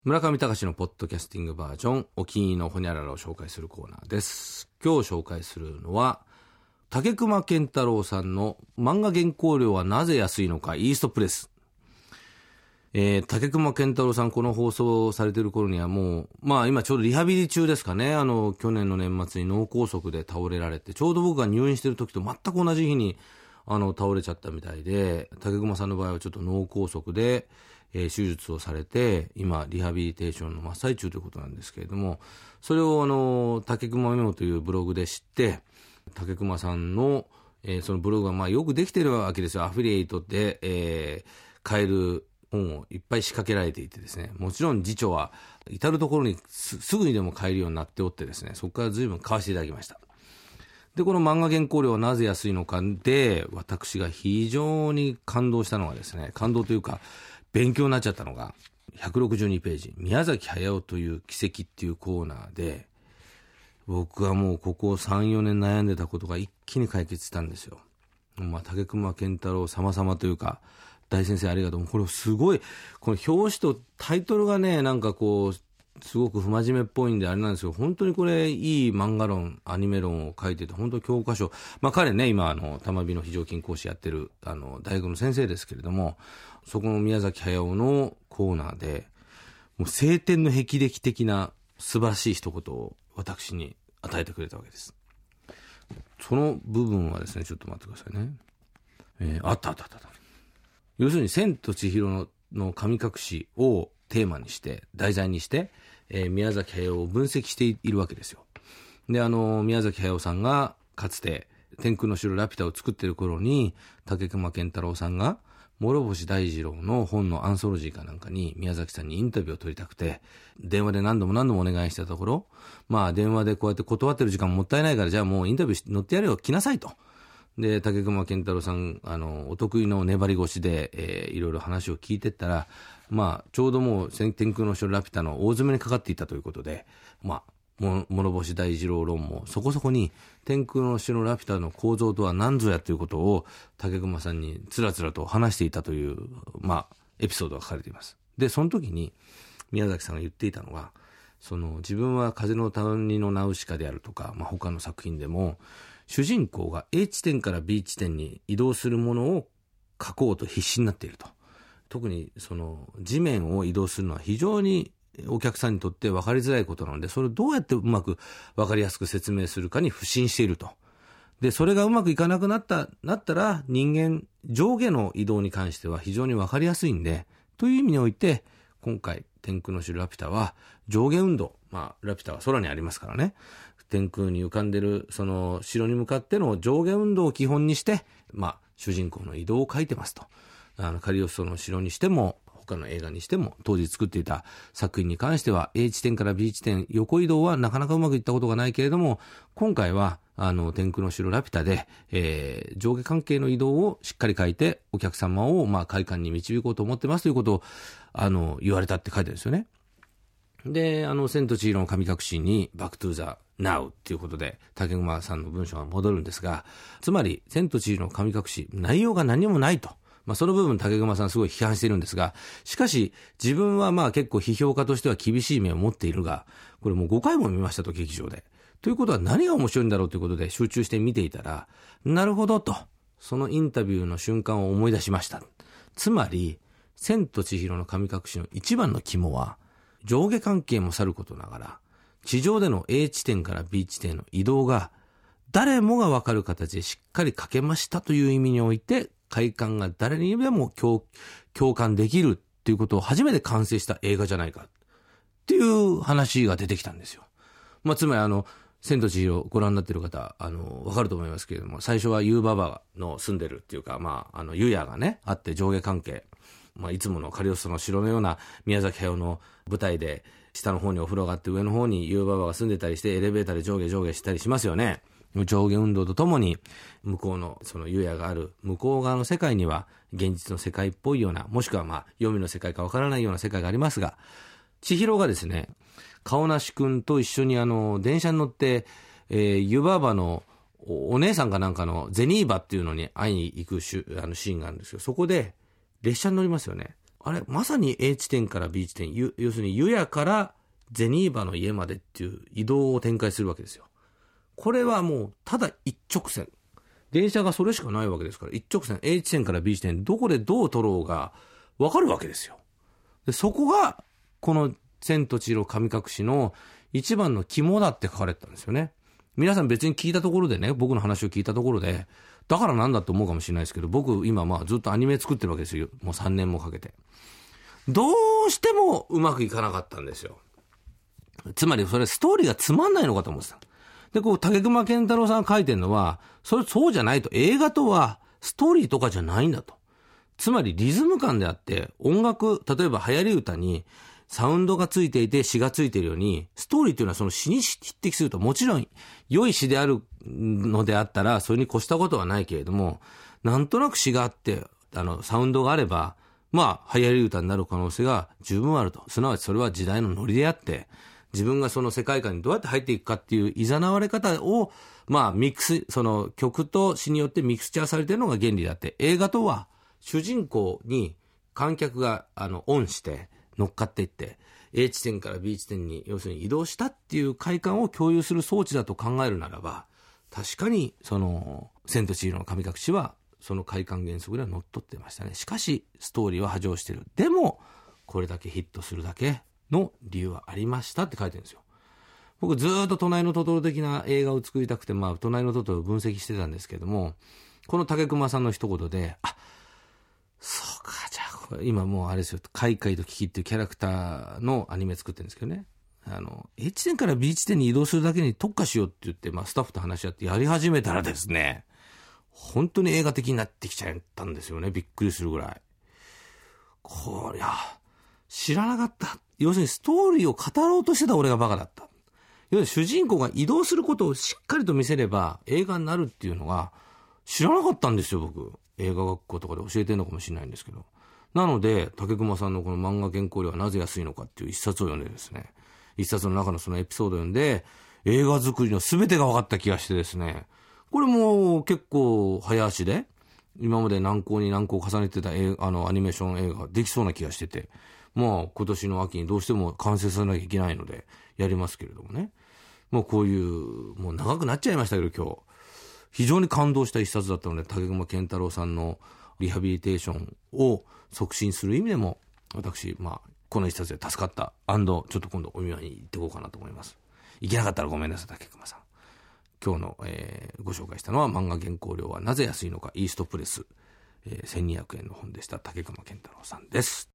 村上隆のポッドキャスティングバージョン、お気に入りのホニャララを紹介するコーナーです。今日紹介するのは、竹熊健太郎さんの漫画原稿料はなぜ安いのか、イーストプレス。竹熊健太郎さん、この放送されている頃にはもう、今ちょうどリハビリ中ですかね。去年の年末に脳梗塞で倒れられて、ちょうど僕が入院している時と全く同じ日に、倒れちゃったみたいで、竹熊さんの場合はちょっと脳梗塞で、手術をされて、今、リハビリテーションの真っ最中ということなんですけれども、それを竹熊メモというブログで知って、竹熊さんの、そのブログがよくできているわけですよ。アフィリエイトで、買える本をいっぱい仕掛けられていてですね、もちろん次長は至るところにすぐにでも買えるようになっておってですね、そこから随分買わせていただきました。で、この漫画原稿料はなぜ安いのかで、私が非常に感動したのはですね、感動というか、勉強になっちゃったのが、162ページ、宮崎駿という奇跡っていうコーナーで、僕はもうここ3、4年悩んでたことが一気に解決したんですよ。竹熊健太郎様々というか、大先生ありがとう。これすごい、この表紙とタイトルがね、なんかこう、すごく不真面目っぽいんであれなんですけど、本当にこれいい漫画論、アニメ論を書いてて、本当教科書。彼ね、今玉美の非常勤講師やってる、大学の先生ですけれども、そこの宮崎駿のコーナーで、もう青天の霹靂的な素晴らしい一言を私に与えてくれたわけです。その部分はですね、ちょっと待ってくださいね。あった。要するに、千と千尋の神隠しをテーマにして、題材にして、宮崎駿を分析しているわけですよ。で、宮崎駿さんがかつて天空の城ラピュタを作っている頃に、竹熊健太郎さんが諸星大二郎の本のアンソロジーかなんかに宮崎さんにインタビューを取りたくて、電話で何度もお願いしたところ、電話でこうやって断ってる時間もったいないから、じゃあもうインタビュー乗ってやれよ、来なさいと。で、竹熊健太郎さん、お得意の粘り腰で、いろいろ話を聞いてったら、ちょうどもう天空の城ラピュタの大詰めにかかっていたということで、諸星大二郎論もそこそこに天空の城ラピュタの構造とは何ぞやということを竹熊さんにつらつらと話していたという、エピソードが書かれています。で、その時に宮崎さんが言っていたのが、自分は風の谷のナウシカであるとか、他の作品でも、主人公が A 地点から B 地点に移動するものを書こうと必死になっていると。特に地面を移動するのは非常にお客さんにとって分かりづらいことなので、それをどうやってうまく分かりやすく説明するかに腐心していると。で、それがうまくいかなくなったら、人間上下の移動に関しては非常に分かりやすいんで、という意味において、今回天空の城ラピュタは上下運動、ラピュタは空にありますからね、天空に浮かんでるその城に向かっての上下運動を基本にして、主人公の移動を書いてますと。カリオストロの城にしても他の映画にしても当時作っていた作品に関しては A 地点から B 地点横移動はなかなかうまくいったことがないけれども、今回は天空の城ラピュタで、上下関係の移動をしっかり書いてお客様を快感に導こうと思ってますということを言われたって書いてあるんですよね。で、千と千尋の神隠しにバックトゥーザナウっていうことで竹熊さんの文章が戻るんですが、つまり千と千尋の神隠し、内容が何もないと。その部分竹熊さんすごい批判しているんですが、しかし自分は結構批評家としては厳しい目を持っているが、これもう5回も見ましたと、劇場で。ということは何が面白いんだろうということで集中して見ていたら、なるほどと、そのインタビューの瞬間を思い出しました。つまり千と千尋の神隠しの一番の肝は、上下関係もさることながら、地上での A 地点から B 地点の移動が誰もが分かる形でしっかり書けましたという意味において、快感が誰にでも共感できるっていうことを初めて完成した映画じゃないかっていう話が出てきたんですよ。つまり千と千尋ご覧になっている方分かると思いますけれども、最初はユーババの住んでるっていうか、ユヤがねあって上下関係、いつものカリオストの城のような宮崎駿の舞台で、下の方にお風呂があって上の方にユーババが住んでたりして、エレベーターで上下したりしますよね。上下運動とともに向こうのそのユヤがある向こう側の世界には現実の世界っぽいような、もしくは黄泉の世界かわからないような世界がありますが、千尋がですね、顔なしくんと一緒に電車に乗って、湯婆婆のお姉さんかなんかのゼニーバっていうのに会いに行くシーンがあるんですよ。そこで列車に乗りますよね。 あれ、まさに A 地点から B 地点、要するに湯屋からゼニーバの家までっていう移動を展開するわけですよ。これはもうただ一直線。電車がそれしかないわけですから、一直線 A 地点から B 地点、どこでどう取ろうがわかるわけですよ。で、そこがこの千と千尋神隠しの一番の肝だって書かれてたんですよね。皆さん別に聞いたところでね、僕の話を聞いたところで、だからなんだと思うかもしれないですけど、僕今ずっとアニメ作ってるわけですよ。もう3年もかけて。どうしてもうまくいかなかったんですよ。つまりそれストーリーがつまんないのかと思ってた。で、竹熊健太郎さんが書いてるのは、そうじゃないと。映画とはストーリーとかじゃないんだと。つまりリズム感であって、音楽、例えば流行り歌にサウンドがついていて詩がついているように、ストーリーというのはその詩に匹敵すると、もちろん良い詩であるのであったら、それに越したことはないけれども、なんとなく詩があって、サウンドがあれば、流行り歌になる可能性が十分あると。すなわちそれは時代のノリであって、自分がその世界観にどうやって入っていくかっていう誘われ方を、ミックス、その曲と詩によってミクスチャーされているのが原理であって、映画とは主人公に観客がオンして乗っかっていって、A 地点から B 地点に要するに移動したっていう快感を共有する装置だと考えるならば、確かにその千と千尋の神隠しはその快感原則では乗っ取ってましたね。しかしストーリーは波状してる。でもこれだけヒットするだけの理由はありましたって書いてるんですよ。僕ずっと隣のトトロ的な映画を作りたくて、隣のトトロを分析してたんですけども、この竹熊さんの一言で、そうか、じゃあこれ今もうあれですよ、カイカイとキキっていうキャラクターのアニメ作ってるんですけどね、A 地点から B 地点に移動するだけに特化しようって言って、スタッフと話し合ってやり始めたらですね、本当に映画的になってきちゃったんですよね。びっくりするぐらい。こりゃ知らなかった。要するにストーリーを語ろうとしてた俺がバカだった。要するに主人公が移動することをしっかりと見せれば映画になるっていうのが知らなかったんですよ、僕。映画学校とかで教えてるのかもしれないんですけど。なので竹熊さんのこの漫画原稿料はなぜ安いのかっていう一冊を読んでですね、一冊の中のそのエピソードを読んで映画作りの全てが分かった気がしてですね、これも結構早足で今まで難航に難航を重ねてたアニメーション映画ができそうな気がしてて、今年の秋にどうしても完成させなきゃいけないのでやりますけれどもね、もうこういうもう長くなっちゃいましたけど、今日非常に感動した一冊だったので、竹熊健太郎さんのリハビリテーションを促進する意味でも私この一冊で助かった&ちょっと今度お見舞いに行ってこうかなと思います。行けなかったらごめんなさい竹熊さん。今日の、ご紹介したのは漫画原稿料はなぜ安いのか、イーストプレス、1200円の本でした。竹熊健太郎さんです。